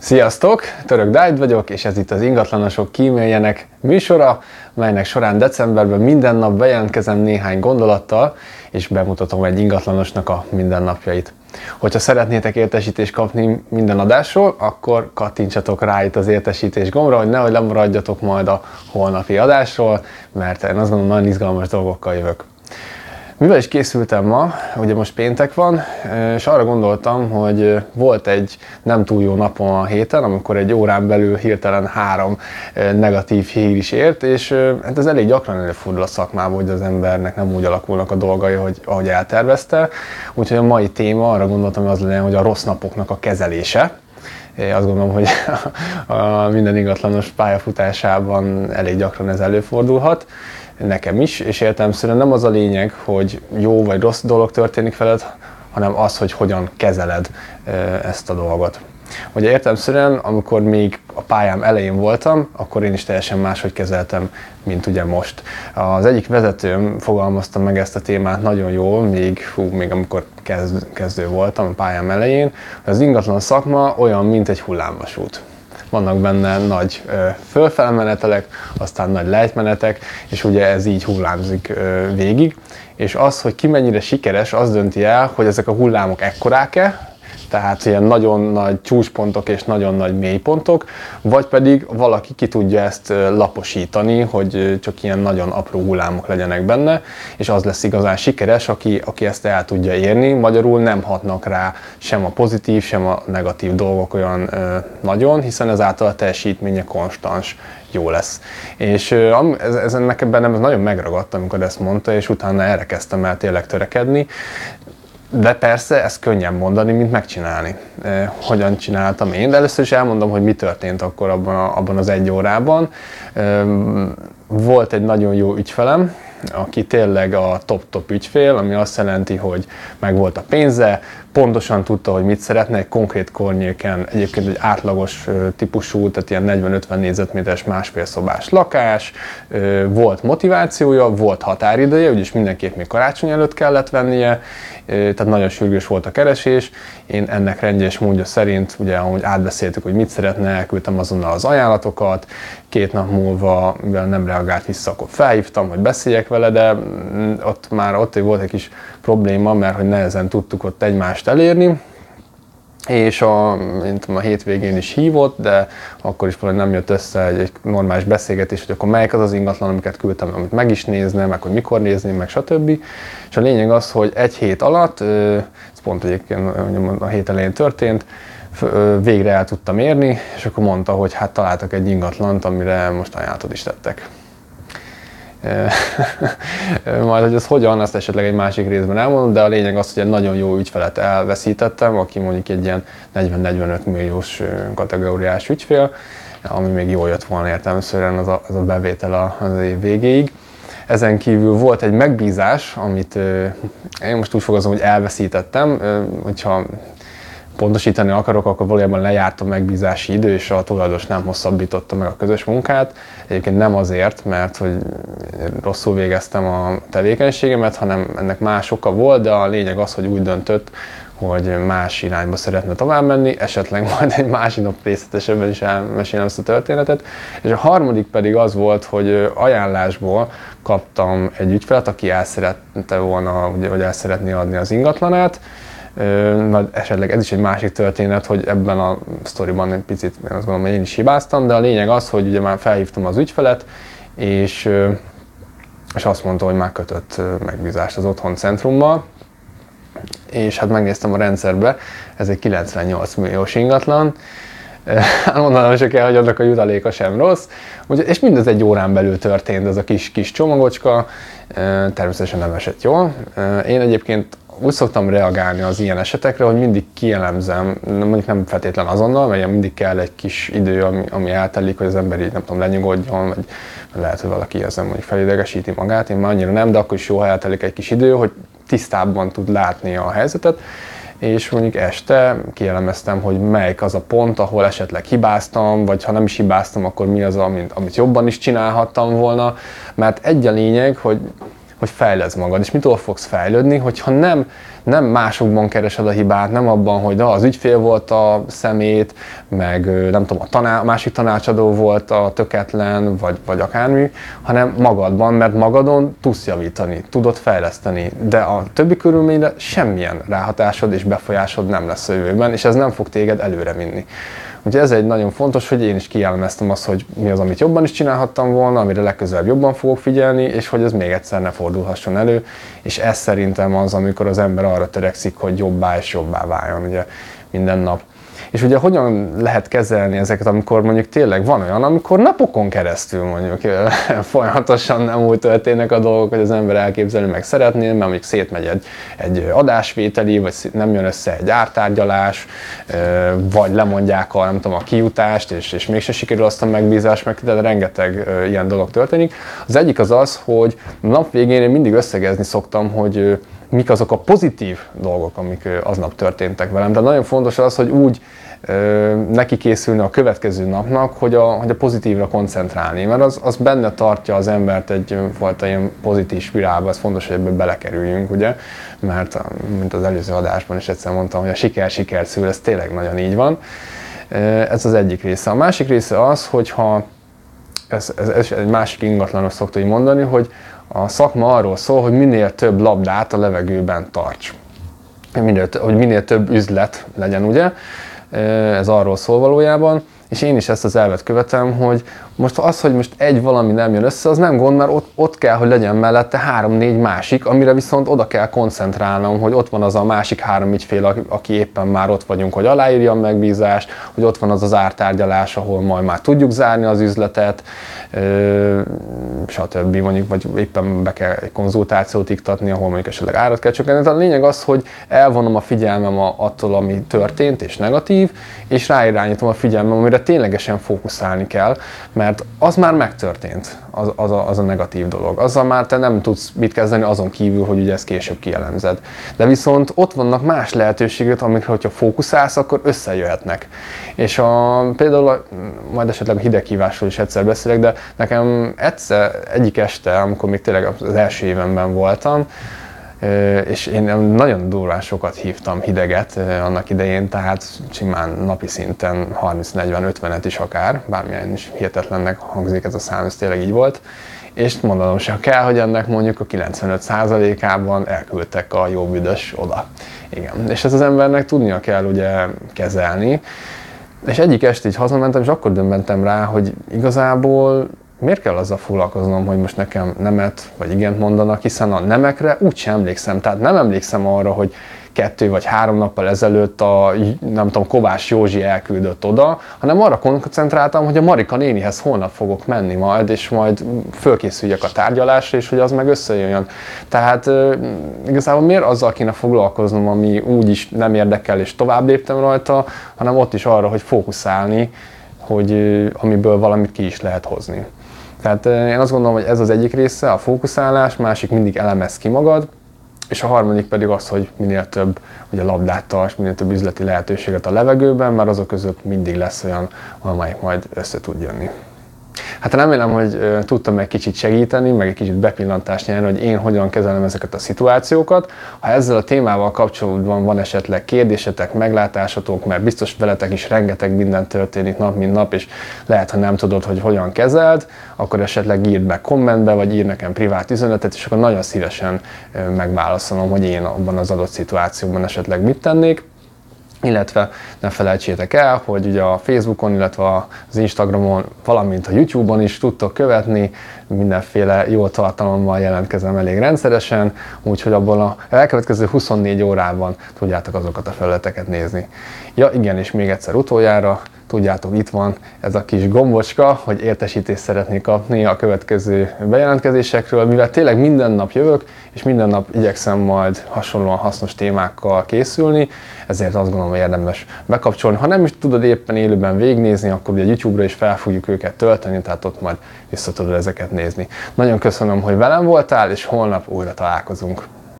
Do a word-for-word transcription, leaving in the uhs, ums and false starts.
Sziasztok! Török Dávid vagyok, és ez itt az Ingatlanosok kíméljenek műsora, melynek során decemberben minden nap bejelentkezem néhány gondolattal, és bemutatom egy ingatlanosnak a mindennapjait. Hogyha szeretnétek értesítést kapni minden adásról, akkor kattintsatok rá itt az értesítés gombra, hogy nehogy lemaradjatok majd a holnapi adásról, mert én azt gondolom, nagyon izgalmas dolgokkal jövök. Mivel is készültem ma, ugye most péntek van, és arra gondoltam, hogy volt egy nem túl jó napom a héten, amikor egy órán belül hirtelen három negatív hír is ért, és hát ez elég gyakran előfordul a szakmában, hogy az embernek nem úgy alakulnak a dolgai, hogy, ahogy eltervezte. Úgyhogy a mai téma, arra gondoltam, hogy az legyen, hogy a rossz napoknak a kezelése. Én azt gondolom, hogy a minden ingatlanos pályafutásában elég gyakran ez előfordulhat. Nekem is, és értelemszerűen nem az a lényeg, hogy jó vagy rossz dolog történik veled, hanem az, hogy hogyan kezeled ezt a dolgot. Ugye értelemszerűen, amikor még a pályám elején voltam, akkor én is teljesen máshogy kezeltem, mint ugye most. Az egyik vezetőm fogalmazta meg ezt a témát nagyon jól, még, hú, még amikor kezd, kezdő voltam a pályám elején, hogy az ingatlan szakma olyan, mint egy hullámvasút. Vannak benne nagy ö, fölfelmenetelek, aztán nagy lejtmenetek, és ugye ez így hullámzik ö, végig. És az, hogy ki mennyire sikeres, az dönti el, hogy ezek a hullámok ekkorák-e, tehát ilyen nagyon nagy csúcspontok és nagyon nagy mélypontok, vagy pedig valaki ki tudja ezt laposítani, hogy csak ilyen nagyon apró hullámok legyenek benne, és az lesz igazán sikeres, aki, aki ezt el tudja érni. Magyarul nem hatnak rá sem a pozitív, sem a negatív dolgok olyan ö, nagyon, hiszen ezáltal a teljesítménye konstans jó lesz. És ez, ez nekem bennem ez nagyon megragadt, amikor ezt mondta, és utána erre kezdtem el tényleg törekedni. De persze, ezt könnyen mondani, mint megcsinálni. Eh, hogyan csináltam én? De először is elmondom, hogy mi történt akkor abban, a, abban az egy órában. Eh, volt egy nagyon jó ügyfelem, aki tényleg a top-top ügyfél, ami azt jelenti, hogy megvolt a pénze, pontosan tudta, hogy mit szeretne, egy konkrét környéken, egyébként egy átlagos típusú, tehát ilyen negyven-ötven négyzetméteres másfél szobás lakás, volt motivációja, volt határideje, úgyis mindenképp még karácsony előtt kellett vennie, tehát nagyon sürgős volt a keresés. Én ennek rendje és módja szerint, ugye ahogy átbeszéltük, hogy mit szeretne, elküldtem azonnal az ajánlatokat, két nap múlva, mivel nem reagált vissza, akkor felhívtam, hogy beszéljek vele, de ott már ott volt egy kis probléma, mert hogy nehezen tudtuk ott egymást elérni, és a, mint a hétvégén is hívott, de akkor is valahogy nem jött össze egy, egy normális beszélgetés, hogy akkor melyik az az ingatlan, amiket küldtem, amit meg is nézne, meg hogy mikor nézném, meg stb. És a lényeg az, hogy egy hét alatt, ez pont egyébként a hét elején történt, végre el tudtam érni, és akkor mondta, hogy hát találtak egy ingatlant, amire most ajánlatot is tettek. Majd, hogy ez hogyan, azt esetleg egy másik részben elmondom, de a lényeg az, hogy egy nagyon jó ügyfelet elveszítettem, aki mondjuk egy ilyen negyven-negyvenöt milliós kategóriás ügyfél, ami még jól jött volna értelemszerűen az a, az a bevétel az év végéig. Ezen kívül volt egy megbízás, amit én most úgy fogozom, hogy elveszítettem, hogyha pontosítani akarok, akkor valójában lejárt a megbízási idő, és a tulajdonos nem hosszabbította meg a közös munkát. Egyébként nem azért, mert hogy rosszul végeztem a tevékenységemet, hanem ennek más oka volt, de a lényeg az, hogy úgy döntött, hogy más irányba szeretne tovább menni, esetleg majd egy másik nap részletesebben is elmesélem ezt a történetet. És a harmadik pedig az volt, hogy ajánlásból kaptam egy ügyfelet, aki el szerette volna, vagy el szeretné adni az ingatlanát. Vagy esetleg ez is egy másik történet, hogy ebben a sztoriban egy picit én azt gondolom, hogy én is hibáztam, de a lényeg az, hogy ugye már felhívtam az ügyfelet, és, és azt mondta, hogy már kötött megbízást az Otthon Centrummal, és hát megnéztem a rendszerbe, ez egy kilencvennyolc milliós ingatlan, mondanom se kell, hogy annak a jutaléka sem rossz, és mindez egy órán belül történt, ez a kis, kis csomagocska, természetesen nem esett jól. Én egyébként úgy szoktam reagálni az ilyen esetekre, hogy mindig kielemzem, mondjuk nem feltétlen azonnal, mert mindig kell egy kis idő, ami, ami eltelik, hogy az ember így nem tudom, lenyugodjon, vagy lehet, hogy valaki ezzel mondjuk felidegesíti magát, én már annyira nem, de akkor is jó, ha eltelik egy kis idő, hogy tisztábban tud látni a helyzetet, és mondjuk este kielemeztem, hogy melyik az a pont, ahol esetleg hibáztam, vagy ha nem is hibáztam, akkor mi az, amit, amit jobban is csinálhattam volna, mert egy a lényeg, hogy hogy fejleszd magad. És mitől fogsz fejlődni, hogyha nem, nem másokban keresed a hibát, nem abban, hogy na, az ügyfél volt a szemét, meg nem tudom, a, taná, a másik tanácsadó volt a töketlen, vagy, vagy akármi, hanem magadban, mert magadon tudsz javítani, tudod fejleszteni, de a többi körülményre semmilyen ráhatásod és befolyásod nem lesz a jövőben, és ez nem fog téged előre vinni. Ugye ez egy nagyon fontos, hogy én is kijellemeztem azt, hogy mi az, amit jobban is csinálhattam volna, amire legközelebb jobban fogok figyelni, és hogy ez még egyszer ne fordulhasson elő, és ez szerintem az, amikor az ember arra törekszik, hogy jobbá és jobbá váljon ugye minden nap. És ugye hogyan lehet kezelni ezeket, amikor mondjuk tényleg van olyan, amikor napokon keresztül mondjuk folyamatosan nem úgy történnek a dolgok, hogy az ember elképzelni meg szeretné, mert mondjuk szétmegy egy, egy adásvételi, vagy nem jön össze egy ártárgyalás, vagy lemondják a, nem tudom, a kijutást, és, és mégse sikerül azt a megbízást, meg de rengeteg ilyen dolog történik. Az egyik az az, hogy nap végén én mindig összegezni szoktam, hogy mik azok a pozitív dolgok, amik aznap történtek velem. De nagyon fontos az, hogy úgy ö, neki készülni a következő napnak, hogy a, hogy a pozitívra koncentrálni, mert az, az benne tartja az embert egyfajta ilyen pozitív spirálba, ez fontos, hogy ebbe belekerüljünk, ugye, mert mint az előző adásban is egyszer mondtam, hogy a siker sikert szül, ez tényleg nagyon így van. Ez az egyik része. A másik része az, hogyha ez, ez, ez egy másik ingatlanos szokta így mondani, hogy a szakma arról szól, hogy minél több labdát a levegőben tarts. Minél, hogy minél több üzlet legyen, ugye? Ez arról szól valójában. És én is ezt az elvet követem, hogy most az, hogy most egy valami nem jön össze, az nem gond, mert ott, ott kell, hogy legyen mellette három-négy másik, amire viszont oda kell koncentrálnom, hogy ott van az a másik három ügyfél, aki éppen már ott vagyunk, hogy aláírja a megbízást, hogy ott van az az ártárgyalás, ahol majd már tudjuk zárni az üzletet, stb. Mondjuk, vagy éppen be kell egy konzultációt iktatni, ahol mondjuk esetleg árat kell csökkenteni. Tehát a lényeg az, hogy elvonom a figyelmem attól, ami történt és negatív, és ráirányítom a figyelmem, amire ténylegesen fókuszálni kell, mert az már megtörtént, az, az, a, az a negatív dolog. Azzal már te nem tudsz mit kezdeni azon kívül, hogy ugye ezt később kielemzed. De viszont ott vannak más lehetőségek, amikre, hogyha fókuszálsz, akkor összejöhetnek. És a, például majd esetleg a hideghívásról is egyszer beszélek, de nekem egyszer, egyik este, amikor még tényleg az első évenben voltam, és én nagyon durván sokat hívtam hideget annak idején, tehát simán napi szinten harminc-negyven-ötvenet is akár, bármilyen is hihetetlennek hangzik ez a szám, ez tényleg így volt. És mondanom sem kell, hogy ennek mondjuk a kilencvenöt százalékában elküldtek a jó büdös oda. Igen. És ezt az embernek tudnia kell ugye kezelni. És egyik este így hazamentem, és akkor döbbentem rá, hogy igazából miért kell azzal foglalkoznom, hogy most nekem nemet vagy igent mondanak, hiszen a nemekre úgysem emlékszem. Tehát nem emlékszem arra, hogy kettő vagy három nappal ezelőtt a, nem tudom, Kovács Józsi elküldött oda, hanem arra koncentráltam, hogy a Marika nénihez holnap fogok menni majd, és majd fölkészüljek a tárgyalásra, és hogy az meg összejöjjön. Tehát e, igazából miért azzal kéne foglalkoznom, ami úgyis nem érdekel, és tovább léptem rajta, hanem ott is arra, hogy fókuszálni, hogy amiből valamit ki is lehet hozni. Tehát én azt gondolom, hogy ez az egyik része, a fókuszálás, másik mindig elemez ki magad, és a harmadik pedig az, hogy minél több ugye, labdát tarts, minél több üzleti lehetőséget a levegőben, mert azok között mindig lesz olyan, amelyik majd össze tud jönni. Hát remélem, hogy tudtam egy kicsit segíteni, meg egy kicsit bepillantást nyerni, hogy én hogyan kezelem ezeket a szituációkat. Ha ezzel a témával kapcsolatban van esetleg kérdésetek, meglátásatok, mert biztos veletek is rengeteg minden történik nap, mint nap, és lehet, ha nem tudod, hogy hogyan kezeld, akkor esetleg írd meg kommentbe, vagy írd nekem privát üzenetet, és akkor nagyon szívesen megválaszolom, hogy én abban az adott szituációban esetleg mit tennék. Illetve ne felejtsétek el, hogy ugye a Facebookon, illetve az Instagramon, valamint a YouTube-on is tudtok követni, mindenféle jó tartalommal jelentkezem elég rendszeresen, úgyhogy abból a elkövetkező huszonnégy órában tudjátok azokat a felületeket nézni. Ja igen, és még egyszer utoljára, tudjátok, itt van ez a kis gombocska, hogy értesítést szeretnék kapni a következő bejelentkezésekről, mivel tényleg minden nap jövök, és minden nap igyekszem majd hasonlóan hasznos témákkal készülni, ezért azt gondolom, hogy érdemes bekapcsolni. Ha nem is tudod éppen élőben végignézni, akkor ugye YouTube-ra is fel fogjuk őket tölteni, tehát ott majd vissza tudod ezeket nézni. Nagyon köszönöm, hogy velem voltál, és holnap újra találkozunk.